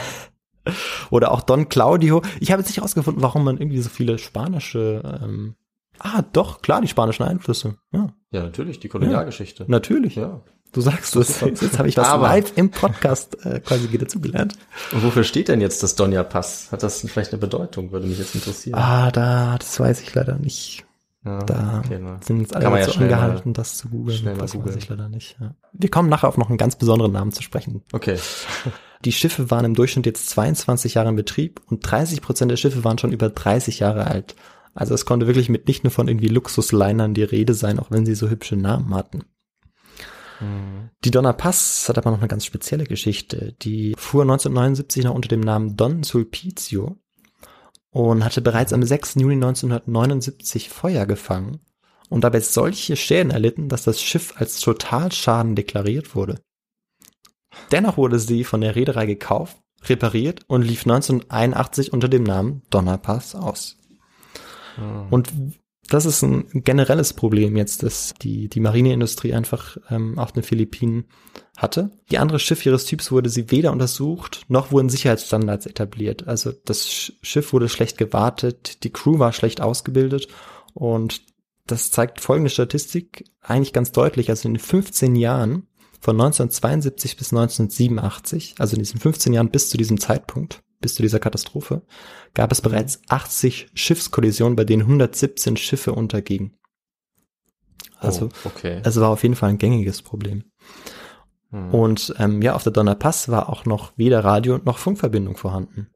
Oder auch Don Claudio. Ich habe jetzt nicht rausgefunden, warum man irgendwie so viele spanische, ähm, ah, doch, klar, die spanischen Einflüsse. Ja, ja natürlich, die Kolonialgeschichte. Ja, natürlich. Ja. Du sagst es. Jetzt, jetzt habe ich was Aber live im Podcast äh, quasi wieder zugelernt. Und wofür steht denn jetzt das Donja Pass? Hat das vielleicht eine Bedeutung? Würde mich jetzt interessieren. Ah, da, das weiß ich leider nicht. Ja, da okay, ne. sind jetzt alle Kann man ja dazu schnell angehalten, mal- das zu googeln. schnell mal Das weiß googeln. ich leider nicht. Ja. Wir kommen nachher auf noch einen ganz besonderen Namen zu sprechen. Okay. Die Schiffe waren im Durchschnitt jetzt zweiundzwanzig Jahre in Betrieb und dreißig Prozent der Schiffe waren schon über dreißig Jahre alt. Also es konnte wirklich mit nicht nur von irgendwie Luxuslinern die Rede sein, auch wenn sie so hübsche Namen hatten. Mhm. Die Donna Pass hat aber noch eine ganz spezielle Geschichte. Die fuhr neunzehnhundertneunundsiebzig noch unter dem Namen Don Sulpizio und hatte bereits am sechsten Juni neunzehnhundertneunundsiebzig Feuer gefangen und dabei solche Schäden erlitten, dass das Schiff als Totalschaden deklariert wurde. Dennoch wurde sie von der Reederei gekauft, repariert und lief neunzehnhunderteinundachtzig unter dem Namen Donna Pass aus. Mhm. Und das ist ein generelles Problem jetzt, dass die, die Marineindustrie einfach ähm, auf den Philippinen hatte. Die andere Schiff ihres Typs wurde sie weder untersucht, noch wurden Sicherheitsstandards etabliert. Also das Sch- Schiff wurde schlecht gewartet, die Crew war schlecht ausgebildet und das zeigt folgende Statistik eigentlich ganz deutlich. Also in den fünfzehn Jahren von neunzehnhundertzweiundsiebzig bis neunzehnhundertsiebenundachtzig, also in diesen fünfzehn Jahren bis zu diesem Zeitpunkt, bis zu dieser Katastrophe, gab es bereits achtzig Schiffskollisionen, bei denen hundertsiebzehn Schiffe untergingen. Also, oh, okay. es war auf jeden Fall ein gängiges Problem. Hm. Und ähm, ja, auf der Donna Pass war auch noch weder Radio noch Funkverbindung vorhanden.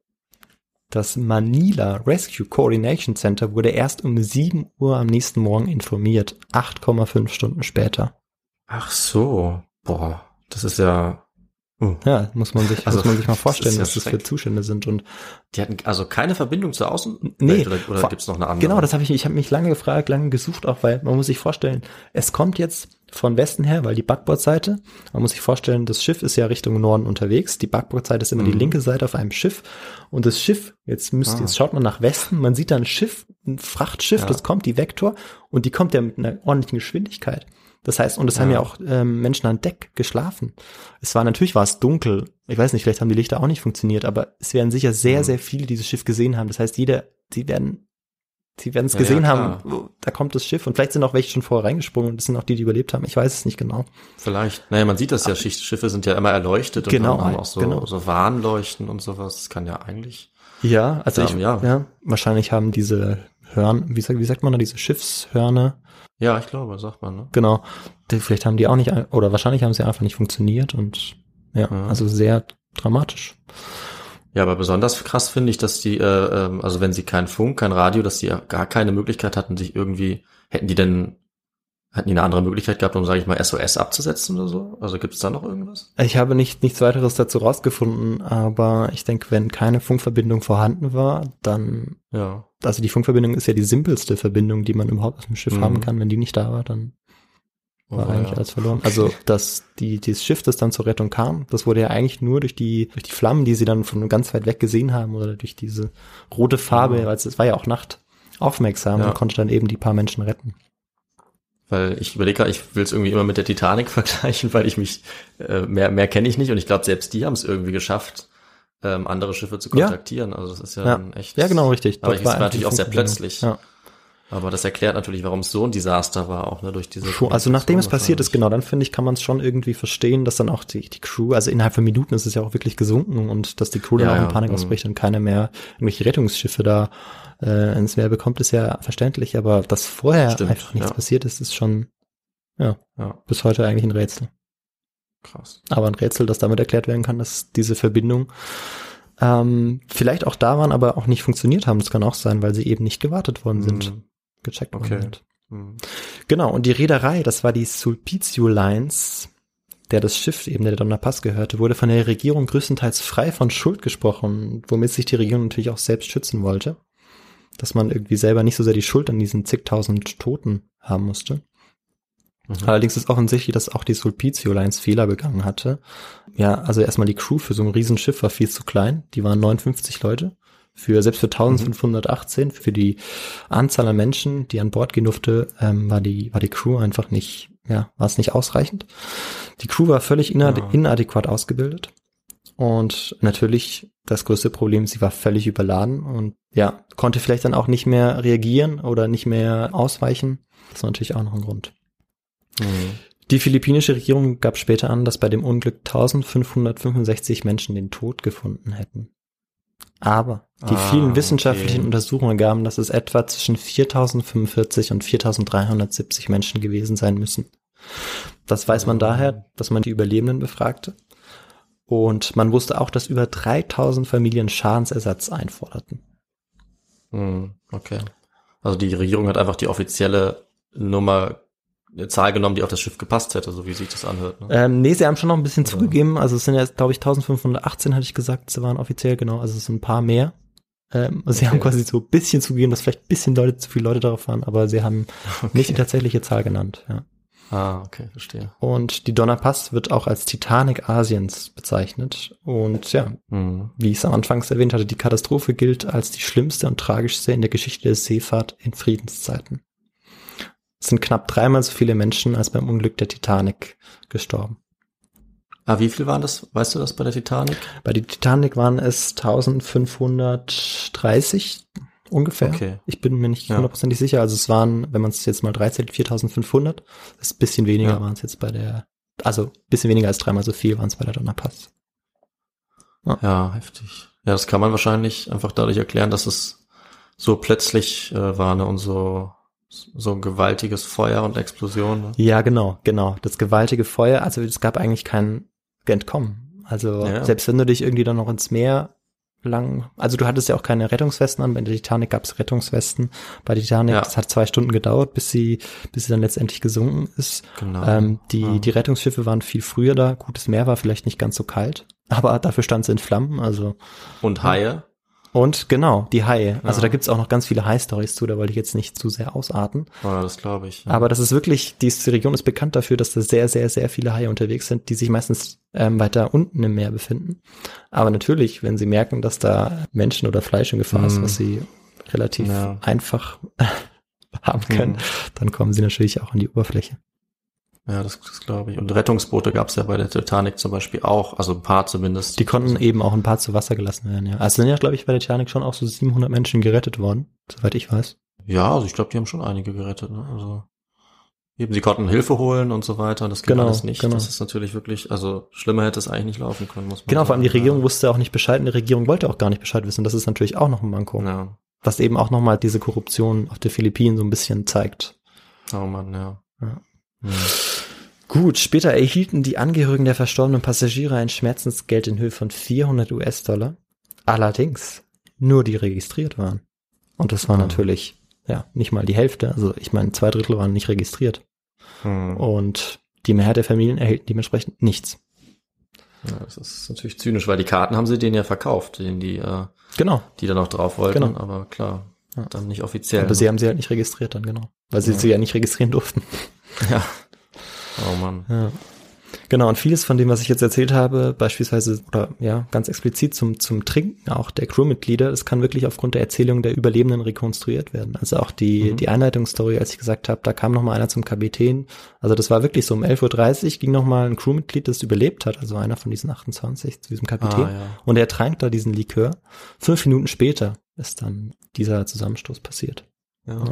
Das Manila Rescue Coordination Center wurde erst um sieben Uhr am nächsten Morgen informiert, acht Komma fünf Stunden später. Ach so. Boah, das ist ja... Uh. Ja, muss man sich, Also, muss man sich mal das vorstellen, ist ja was das für schrecklich. Zustände sind. Und Die hatten also keine Verbindung zur Außenwelt Nee, oder, oder vor- gibt's noch eine andere? genau, das habe ich, ich habe mich lange gefragt, lange gesucht auch, weil man muss sich vorstellen, es kommt jetzt von Westen her, weil die Backbordseite, man muss sich vorstellen, das Schiff ist ja Richtung Norden unterwegs, die Backbordseite ist immer Mhm. die linke Seite auf einem Schiff und das Schiff, jetzt müsst, Ah. jetzt schaut man nach Westen, man sieht da ein Schiff, ein Frachtschiff, Ja. das kommt, die Vector, und die kommt ja mit einer ordentlichen Geschwindigkeit. Das heißt, und es Ja. haben ja auch ähm, Menschen an Deck geschlafen. Es war, natürlich war es dunkel. Ich weiß nicht, vielleicht haben die Lichter auch nicht funktioniert, aber es werden sicher sehr, Mhm. sehr viele dieses Schiff gesehen haben. Das heißt, jeder, sie werden, sie werden es Ja, gesehen ja, haben, klar. oh, da kommt das Schiff und vielleicht sind auch welche schon vorher reingesprungen und das sind auch die, die überlebt haben. Ich weiß es nicht genau. Vielleicht. Naja, man sieht das ja, Schicht- Schiffe sind ja immer erleuchtet und Genau, haben auch so, genau. so Warnleuchten und sowas. Das kann ja eigentlich... Ja, also Ja, ich, ja. ja. wahrscheinlich haben diese Hörn, wie sagt, wie sagt man da, diese Schiffshörner, Ja, ich glaube, sagt man, ne? genau, die, vielleicht haben die auch nicht, oder wahrscheinlich haben sie einfach nicht funktioniert und ja, Ja. also sehr dramatisch. Ja, aber besonders krass finde ich, dass die, äh, ähm, also wenn sie keinen Funk, kein Radio, dass die ja gar keine Möglichkeit hatten, sich irgendwie, hätten die denn, hätten die eine andere Möglichkeit gehabt, um, sage ich mal, S O S abzusetzen oder so? Also gibt es da noch irgendwas? Ich habe nicht nichts weiteres dazu rausgefunden, aber ich denke, wenn keine Funkverbindung vorhanden war, dann, Ja. also die Funkverbindung ist ja die simpelste Verbindung, die man überhaupt auf dem Schiff Mhm. haben kann. Wenn die nicht da war, dann war Oh, eigentlich ja. alles verloren. Also, dass die, dieses Schiff, das dann zur Rettung kam, das wurde ja eigentlich nur durch die, durch die Flammen, die sie dann von ganz weit weg gesehen haben oder durch diese rote Farbe, Ja. weil es, es war ja auch Nacht, aufmerksam Ja. und konnte dann eben die paar Menschen retten. Weil ich überlege, gerade, ich will es irgendwie immer mit der Titanic vergleichen, weil ich mich, äh, mehr, mehr kenne ich nicht und ich glaube, selbst die haben es irgendwie geschafft, ähm, andere Schiffe zu Ja. kontaktieren. Also das ist ja, Ja. dann echt. Ja, genau, richtig. Aber Dort es war einfach natürlich die auch sehr Funkverbindung. plötzlich. Ja. Aber das erklärt natürlich, warum es so ein Desaster war, auch ne, durch diese. Schon, also nachdem es Kommunikation passiert ist, wahrscheinlich. genau, dann finde ich, kann man es schon irgendwie verstehen, dass dann auch die, die Crew, also innerhalb von Minuten ist es ja auch wirklich gesunken und dass die Crew dann Ja, auch in ja, Panik mhm. ausbricht und keiner mehr irgendwelche Rettungsschiffe da äh, ins Meer bekommt, ist ja verständlich, aber dass vorher Stimmt, einfach nichts ja. passiert ist, ist schon, ja, Ja, bis heute eigentlich ein Rätsel. krass. Aber ein Rätsel, das damit erklärt werden kann, dass diese Verbindung ähm, vielleicht auch da waren, aber auch nicht funktioniert haben. Das kann auch sein, weil sie eben nicht gewartet worden sind, Mhm. gecheckt worden Okay. sind. Mhm. Genau, und die Reederei, das war die Sulpizio Lines, der das Schiff eben der Donna Pass gehörte, wurde von der Regierung größtenteils frei von Schuld gesprochen, womit sich die Regierung natürlich auch selbst schützen wollte, dass man irgendwie selber nicht so sehr die Schuld an diesen zigtausend Toten haben musste. Mhm. Allerdings ist offensichtlich, dass auch die Sulpizio Lines Fehler begangen hatte. Ja, also erstmal die Crew für so ein Riesenschiff war viel zu klein, die waren neunundfünfzig Leute. Für, selbst für eintausendfünfhundertachtzehn, für die Anzahl an Menschen, die an Bord gehen durfte, ähm, war die, war die Crew einfach nicht, ja, war es nicht ausreichend. Die Crew war völlig inade- Ja. inadäquat ausgebildet. Und natürlich das größte Problem, sie war völlig überladen und ja, konnte vielleicht dann auch nicht mehr reagieren oder nicht mehr ausweichen. Das war natürlich auch noch ein Grund. Mhm. Die philippinische Regierung gab später an, dass bei dem Unglück eintausendfünfhundertfünfundsechzig Menschen den Tod gefunden hätten. Aber die Ah, vielen wissenschaftlichen okay. Untersuchungen gaben, dass es etwa zwischen viertausendfünfundvierzig und viertausenddreihundertsiebzig Menschen gewesen sein müssen. Das weiß man daher, dass man die Überlebenden befragte. Und man wusste auch, dass über dreitausend Familien Schadensersatz einforderten. Hm, okay. Also die Regierung hat einfach die offizielle Nummer, eine Zahl genommen, die auf das Schiff gepasst hätte, so wie sich das anhört. Ne? Ähm, nee, sie haben schon noch ein bisschen Ja. zugegeben. Also es sind jetzt, glaube ich, eintausendfünfhundertachtzehn, hatte ich gesagt, sie waren offiziell, genau. Also es sind ein paar mehr. Ähm, also sie Okay. haben quasi so ein bisschen zugegeben, dass vielleicht ein bisschen Leute, zu viele Leute darauf waren, aber sie haben nicht die tatsächliche Zahl genannt. Ja. Ah, okay, verstehe. Und die Donnerpass wird auch als Titanic Asiens bezeichnet. Und ja, Hm. wie ich es am Anfang erwähnt hatte, die Katastrophe gilt als die schlimmste und tragischste in der Geschichte der Seefahrt in Friedenszeiten. Es sind knapp dreimal so viele Menschen als beim Unglück der Titanic gestorben. Ah, wie viel waren das? Weißt du das bei der Titanic? Bei der Titanic waren es eintausendfünfhundertdreißig ungefähr. Okay. Ich bin mir nicht Ja. hundertprozentig sicher. Also es waren, wenn man es jetzt mal drei zählt, viertausendfünfhundert. Das ist ein bisschen weniger Ja. waren es jetzt bei der, also ein bisschen weniger als dreimal so viel waren es bei der Donnerpass. Ja, heftig. Ja, das kann man wahrscheinlich einfach dadurch erklären, dass es so plötzlich äh, war, ne, und so so ein gewaltiges Feuer und Explosion. Ne? Ja, genau, genau. Das gewaltige Feuer, also es gab eigentlich kein Entkommen. Also Ja. selbst wenn du dich irgendwie dann noch ins Meer lang, also du hattest ja auch keine Rettungswesten an, bei der Titanic gab es Rettungswesten. Bei der Titanic, Ja. das hat zwei Stunden gedauert, bis sie, bis sie dann letztendlich gesunken ist. Genau. Ähm, die, Ja. die Rettungsschiffe waren viel früher da. Gutes Meer war vielleicht nicht ganz so kalt, aber dafür stand sie in Flammen, also. Und Haie. Und genau, die Haie. Also Ja. da gibt's auch noch ganz viele Hai-Stories zu, da wollte ich jetzt nicht zu sehr ausarten. Ja, das glaube ich. Ja. Aber das ist wirklich, diese Region ist bekannt dafür, dass da sehr, sehr, sehr viele Haie unterwegs sind, die sich meistens ähm, weiter unten im Meer befinden. Aber natürlich, wenn sie merken, dass da Menschen oder Fleisch in Gefahr ist, Mhm. was sie relativ Ja. einfach haben können, Mhm. dann kommen sie natürlich auch an die Oberfläche. Ja, das, das glaube ich. Und Rettungsboote gab es ja bei der Titanic zum Beispiel auch, also ein paar zumindest. Die konnten also, eben auch ein paar zu Wasser gelassen werden, ja. Also sind ja, glaube ich, bei der Titanic schon auch so siebenhundert Menschen gerettet worden, soweit ich weiß. Ja, also ich glaube, die haben schon einige gerettet. Ne? Also eben, sie konnten Hilfe holen und so weiter. Das ging Genau, alles nicht. genau. Das ist natürlich wirklich, also schlimmer hätte es eigentlich nicht laufen können, muss man Genau, vor allem die sagen. Regierung wusste auch nicht Bescheid und die Regierung wollte auch gar nicht Bescheid wissen. Das ist natürlich auch noch ein Manko. Ja. Was eben auch nochmal diese Korruption auf den Philippinen so ein bisschen zeigt. Oh Mann, ja. Ja. Hm. Gut, später erhielten die Angehörigen der verstorbenen Passagiere ein Schmerzensgeld in Höhe von vierhundert US-Dollar. Allerdings nur die registriert waren. Und das war Ah. natürlich, ja, nicht mal die Hälfte. Also ich meine, zwei Drittel waren nicht registriert. Hm. Und die Mehrheit der Familien erhielten dementsprechend nichts. Ja, das ist natürlich zynisch, weil die Karten haben sie denen ja verkauft, denen die, äh, Genau. die da noch drauf wollten. Genau. Aber klar, Ja. dann nicht offiziell. Aber sie haben sie halt nicht registriert dann, genau. Weil sie Ja. sie ja nicht registrieren durften. Ja. Oh Mann. Ja. Genau, und vieles von dem, was ich jetzt erzählt habe, beispielsweise, oder ja, ganz explizit zum zum Trinken auch der Crewmitglieder, das kann wirklich aufgrund der Erzählung der Überlebenden rekonstruiert werden. Also auch die Mhm. die Einleitungsstory, als ich gesagt habe, da kam noch mal einer zum Kapitän. Also das war wirklich so, um elf Uhr dreißig ging noch mal ein Crewmitglied, das überlebt hat, also einer von diesen achtundzwanzig, zu diesem Kapitän. Ah, ja. Und er trank da diesen Likör. Fünf Minuten später ist dann dieser Zusammenstoß passiert. Ja. Ja.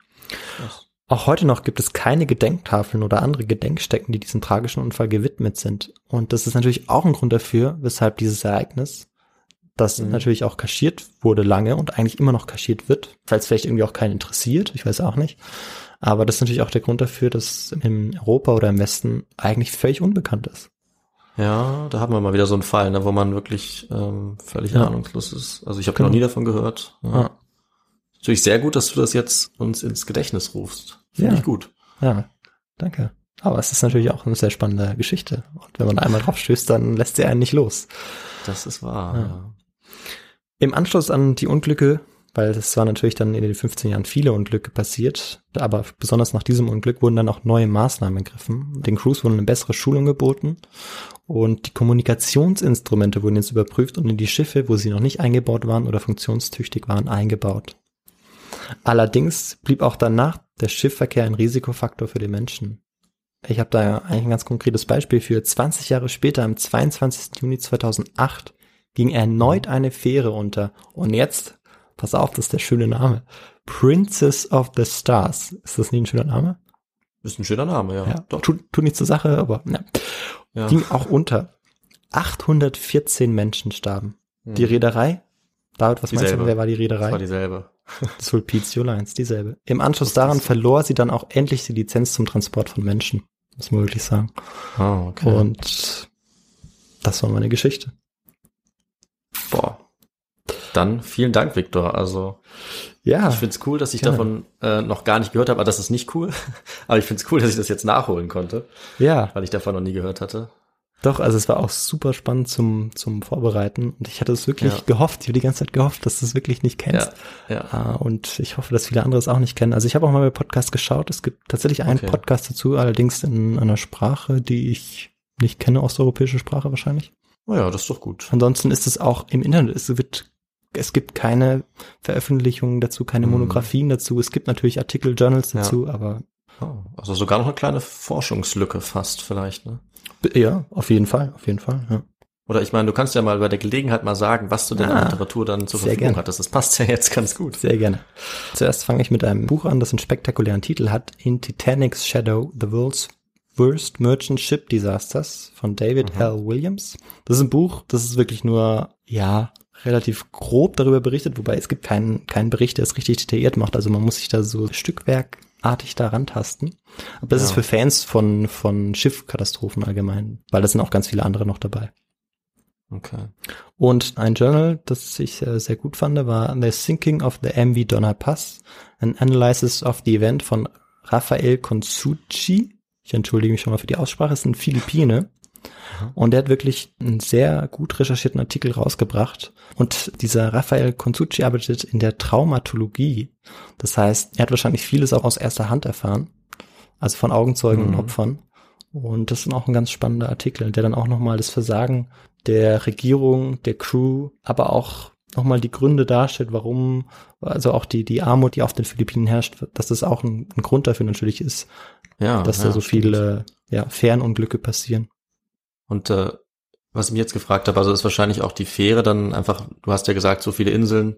Krass. Auch heute noch gibt es keine Gedenktafeln oder andere Gedenkstätten, die diesem tragischen Unfall gewidmet sind. Und das ist natürlich auch ein Grund dafür, weshalb dieses Ereignis, das Mhm. natürlich auch kaschiert wurde lange und eigentlich immer noch kaschiert wird, falls vielleicht irgendwie auch keinen interessiert, ich weiß auch nicht. Aber das ist natürlich auch der Grund dafür, dass in Europa oder im Westen eigentlich völlig unbekannt ist. Ja, da haben wir mal wieder so einen Fall, ne, wo man wirklich ähm, völlig Ja. ahnungslos ist. Also ich habe Genau. noch nie davon gehört. Ja. Ja. Natürlich sehr gut, dass du das jetzt uns ins Gedächtnis rufst. Finde Ja. ich gut. Ja, danke. Aber es ist natürlich auch eine sehr spannende Geschichte. Und wenn man einmal drauf stößt, dann lässt sie einen nicht los. Das ist wahr. Ja. Ja. Im Anschluss an die Unglücke, weil es war natürlich dann in den fünfzehn Jahren viele Unglücke passiert, aber besonders nach diesem Unglück wurden dann auch neue Maßnahmen ergriffen. Den Crews wurden eine bessere Schulung geboten und die Kommunikationsinstrumente wurden jetzt überprüft und in die Schiffe, wo sie noch nicht eingebaut waren oder funktionstüchtig waren, eingebaut. Allerdings blieb auch danach der Schiffverkehr ein Risikofaktor für die Menschen. Ich habe da eigentlich ein ganz konkretes Beispiel für. zwanzig Jahre später, am zweiundzwanzigsten Juni zweitausendacht, ging erneut eine Fähre unter. Und jetzt, pass auf, das ist der schöne Name, Princess of the Stars. Ist das nicht ein schöner Name? Ist ein schöner Name, ja. Ja, Doch. tut, tut nichts zur Sache, aber ja. Ja. Ging auch unter. achthundertvierzehn Menschen starben. Die Hm. Reederei, David, was meinst Dieselbe. du, wer war die Reederei? Das war dieselbe. Sulpicio Lines, dieselbe. Im Anschluss daran verlor sie dann auch endlich die Lizenz zum Transport von Menschen, muss man wirklich sagen. Oh, okay. Und das war meine Geschichte. Boah. Dann vielen Dank, Viktor. Also Ja. ich find's cool, dass ich gerne. davon äh, noch gar nicht gehört habe, aber das ist nicht cool. Aber ich find's cool, dass ich das jetzt nachholen konnte, Ja, weil ich davon noch nie gehört hatte. doch, also es war auch super spannend zum zum Vorbereiten und ich hatte es wirklich Ja. gehofft, ich habe die ganze Zeit gehofft, dass du es wirklich nicht kennst. Ja, ja. Ah, und ich hoffe, dass viele andere es auch nicht kennen. Also ich habe auch mal bei Podcast geschaut. Es gibt tatsächlich einen Okay. Podcast dazu, allerdings in einer Sprache, die ich nicht kenne, osteuropäische Sprache wahrscheinlich. Oh ja, das ist doch gut. Ansonsten ist es auch im Internet. Es wird, es gibt keine Veröffentlichungen dazu, keine Mhm. Monographien dazu. Es gibt natürlich Artikel, Journals Ja. dazu, aber Oh, also sogar noch eine kleine Forschungslücke fast vielleicht, ne? ja, auf jeden Fall, auf jeden Fall. Ja. Oder ich meine, du kannst ja mal bei der Gelegenheit mal sagen, was du denn Ah, an Literatur dann zur sehr Verfügung gern. hattest. Das passt ja jetzt ganz gut. Sehr gerne. Zuerst fange ich mit einem Buch an, das einen spektakulären Titel hat. In Titanic's Shadow, The World's Worst Merchant Ship Disasters von David Mhm. L. Williams. Das ist ein Buch, das ist wirklich nur, ja, relativ grob darüber berichtet, wobei es gibt keinen keinen Bericht, der es richtig detailliert macht. Also man muss sich da so stückwerkartig da rantasten. Aber es Ja. ist für Fans von von Schiffkatastrophen allgemein, weil da sind auch ganz viele andere noch dabei. Okay. Und ein Journal, das ich äh, sehr gut fand, war The Sinking of the M V Donna Paz, an Analysis of the Event von Rafael Consucci. Ich entschuldige mich schon mal für die Aussprache, es ist ein Philippine. Und der hat wirklich einen sehr gut recherchierten Artikel rausgebracht. Und dieser Rafael Consucci arbeitet in der Traumatologie. Das heißt, er hat wahrscheinlich vieles auch aus erster Hand erfahren. Also von Augenzeugen Mhm. und Opfern. Und das ist auch ein ganz spannender Artikel, der dann auch nochmal das Versagen der Regierung, der Crew, aber auch nochmal die Gründe darstellt, warum, also auch die die Armut, die auf den Philippinen herrscht, dass das auch ein, ein Grund dafür natürlich ist, Ja, dass ja, da so stimmt. viele ja, Fernunglücke passieren. Und äh, was ich mich jetzt gefragt habe, also ist wahrscheinlich auch die Fähre dann einfach, du hast ja gesagt, so viele Inseln,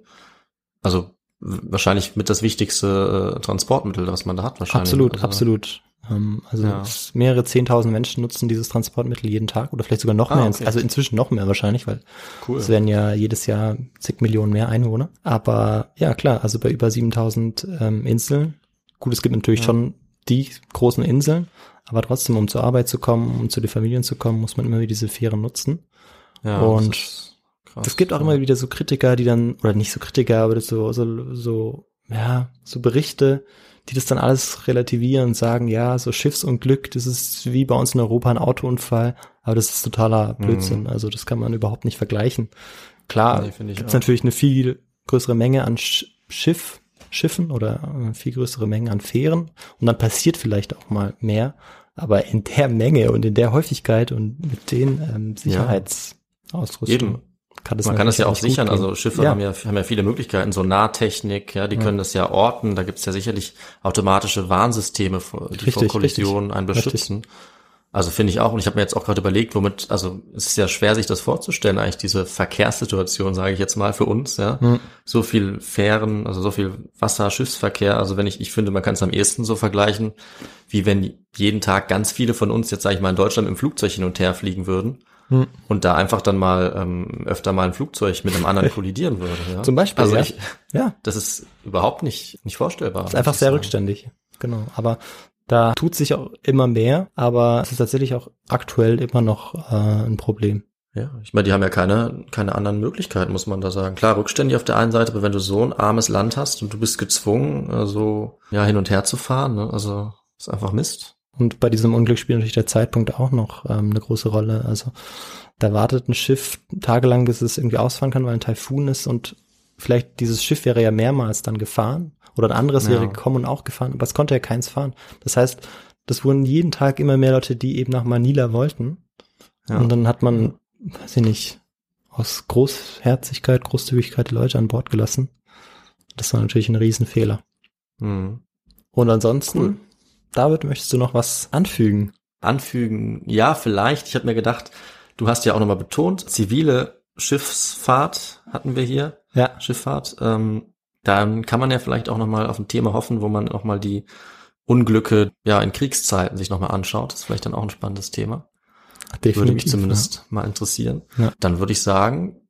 also w- wahrscheinlich mit das wichtigste äh, Transportmittel, was man da hat wahrscheinlich. Absolut, also, absolut. Ähm, also Ja. es- mehrere zehntausend Menschen nutzen dieses Transportmittel jeden Tag oder vielleicht sogar noch Ah, mehr, okay. also inzwischen noch mehr wahrscheinlich, weil Cool. es werden ja jedes Jahr zig Millionen mehr Einwohner. Aber ja, klar, also bei über siebentausend ähm, Inseln. Gut, es gibt natürlich Ja. schon die großen Inseln, aber trotzdem, um zur Arbeit zu kommen, um zu den Familien zu kommen, muss man immer wieder diese Fähren nutzen. Ja, und das ist krass. Es gibt auch immer wieder so Kritiker, die dann, oder nicht so Kritiker, aber das so, so, so, ja, so Berichte, die das dann alles relativieren und sagen, ja, so Schiffsunglück, das ist wie bei uns in Europa ein Autounfall, aber das ist totaler Blödsinn. Mhm. Also das kann man überhaupt nicht vergleichen. Klar, Nee, finde ich gibt es auch. natürlich eine viel größere Menge an Sch- Schiff, Schiffen oder äh, viel größere Mengen an Fähren und dann passiert vielleicht auch mal mehr, aber in der Menge und in der Häufigkeit und mit den ähm, Sicherheitsausrüstungen Eben. kann das Man kann das ja auch natürlich nicht sichern, gut gehen. also Schiffe Ja. haben ja haben ja viele Möglichkeiten, Sonartechnik, ja, die Ja. können das ja orten, da gibt's ja sicherlich automatische Warnsysteme, vor- die vor Richtig, Kollisionen einen richtig. beschützen. Also finde ich auch, und ich habe mir jetzt auch gerade überlegt, womit, also es ist ja schwer, sich das vorzustellen, eigentlich diese Verkehrssituation, sage ich jetzt mal, für uns, ja. Hm. So viel Fähren, also so viel Wasser, Schiffsverkehr, also wenn ich, ich finde, man kann es am ehesten so vergleichen, wie wenn jeden Tag ganz viele von uns, jetzt sage ich mal in Deutschland, im Flugzeug hin und her fliegen würden. Hm. Und da einfach dann mal ähm, öfter mal ein Flugzeug mit einem anderen kollidieren würde. Ja? Zum Beispiel, Also ja. ich, Ja, das ist überhaupt nicht nicht vorstellbar. ist einfach muss ich sehr sagen. rückständig. Genau, aber da tut sich auch immer mehr, aber es ist tatsächlich auch aktuell immer noch äh, ein Problem. Ja, ich meine, die haben ja keine keine anderen Möglichkeiten, muss man da sagen. Klar, rückständig auf der einen Seite, aber wenn du so ein armes Land hast und du bist gezwungen, äh, so ja hin und her zu fahren, ne? Also ist einfach Mist. Und bei diesem Unglück spielt natürlich der Zeitpunkt auch noch ähm, eine große Rolle. Also da wartet ein Schiff tagelang, bis es irgendwie ausfahren kann, weil ein Taifun ist und vielleicht dieses Schiff wäre ja mehrmals dann gefahren oder ein anderes Ja. wäre gekommen und auch gefahren, aber es konnte ja keins fahren. Das heißt, das wurden jeden Tag immer mehr Leute, die eben nach Manila wollten. Ja. Und dann hat man, weiß ich nicht, aus Großherzigkeit, Großzügigkeit die Leute an Bord gelassen. Das war natürlich ein Riesenfehler. Hm. Und ansonsten, Cool. David, möchtest du noch was anfügen? Anfügen, ja, vielleicht. Ich habe mir gedacht, du hast ja auch nochmal betont, zivile Schiffsfahrt hatten wir hier. Ja. Schifffahrt, ähm, dann kann man ja vielleicht auch nochmal auf ein Thema hoffen, wo man nochmal die Unglücke ja in Kriegszeiten sich nochmal anschaut. Das ist vielleicht dann auch ein spannendes Thema. Definitiv, Würde mich zumindest mal interessieren. Ja. Dann würde ich sagen,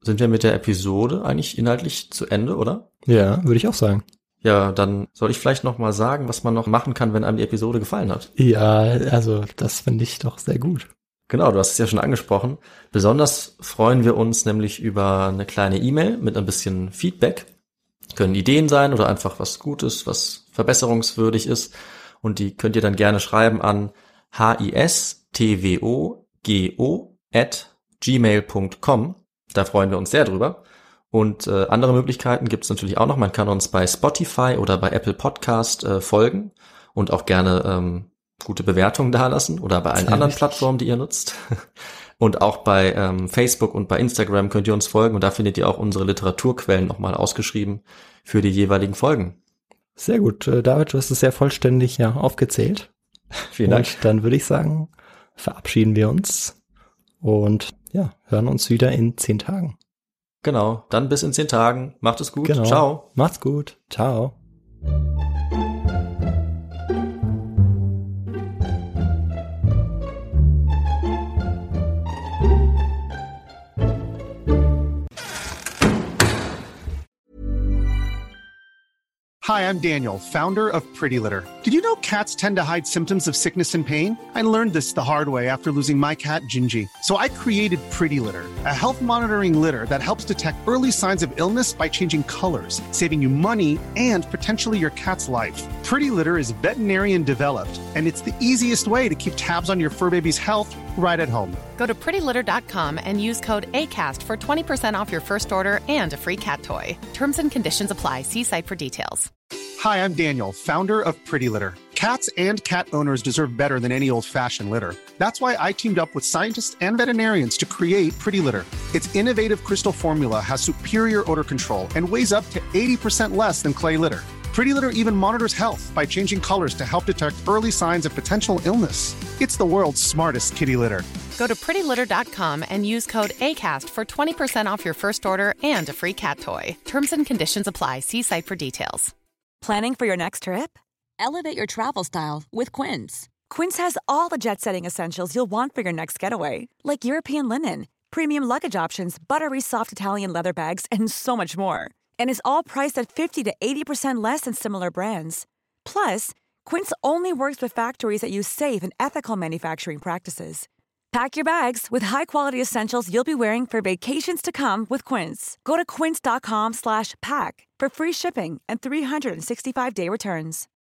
sind wir mit der Episode eigentlich inhaltlich zu Ende, oder? Ja, würde ich auch sagen. Ja, dann soll ich vielleicht noch mal sagen, was man noch machen kann, wenn einem die Episode gefallen hat. Ja, also das finde ich doch sehr gut. Genau, du hast es ja schon angesprochen. Besonders freuen wir uns nämlich über eine kleine E-Mail mit ein bisschen Feedback. Können Ideen sein oder einfach was Gutes, was verbesserungswürdig ist. Und die könnt ihr dann gerne schreiben an histwogo at gmail punkt com. Da freuen wir uns sehr drüber. Und äh, andere Möglichkeiten gibt es natürlich auch noch. Man kann uns bei Spotify oder bei Apple Podcast äh, folgen und auch gerne ähm, gute Bewertungen dalassen oder bei allen Sehr anderen wichtig. Plattformen, die ihr nutzt. Und auch bei ähm, Facebook und bei Instagram könnt ihr uns folgen und da findet ihr auch unsere Literaturquellen nochmal ausgeschrieben für die jeweiligen Folgen. Sehr gut. Äh, David, du hast es sehr vollständig ja aufgezählt. Vielen Dank. Und dann würde ich sagen, verabschieden wir uns und ja, hören uns wieder in zehn Tagen. Genau, dann bis in zehn Tagen. Macht es gut. Genau. Ciao. Macht's gut. Ciao. Hi, I'm Daniel, founder of Pretty Litter. Did you know cats tend to hide symptoms of sickness and pain? I learned this the hard way after losing my cat, Gingy. So I created Pretty Litter, a health monitoring litter that helps detect early signs of illness by changing colors, saving you money and potentially your cat's life. Pretty Litter is veterinarian developed, and it's the easiest way to keep tabs on your fur baby's health right at home. Go to pretty litter dot com and use code ACAST for twenty percent off your first order and a free cat toy. Terms and conditions apply. See site for details. Hi, I'm Daniel, founder of Pretty Litter. Cats and cat owners deserve better than any old-fashioned litter. That's why I teamed up with scientists and veterinarians to create Pretty Litter. Its innovative crystal formula has superior odor control and weighs up to eighty percent less than clay litter. Pretty Litter even monitors health by changing colors to help detect early signs of potential illness. It's the world's smartest kitty litter. Go to pretty litter dot com and use code ACAST for twenty percent off your first order and a free cat toy. Terms and conditions apply. See site for details. Planning for your next trip? Elevate your travel style with Quince. Quince has all the jet-setting essentials you'll want for your next getaway, like European linen, premium luggage options, buttery soft Italian leather bags, and so much more. And is all priced at fifty to eighty percent less than similar brands. Plus, Quince only works with factories that use safe and ethical manufacturing practices. Pack your bags with high-quality essentials you'll be wearing for vacations to come with Quince. Go to quince dot com slash pack for free shipping and three sixty-five day returns.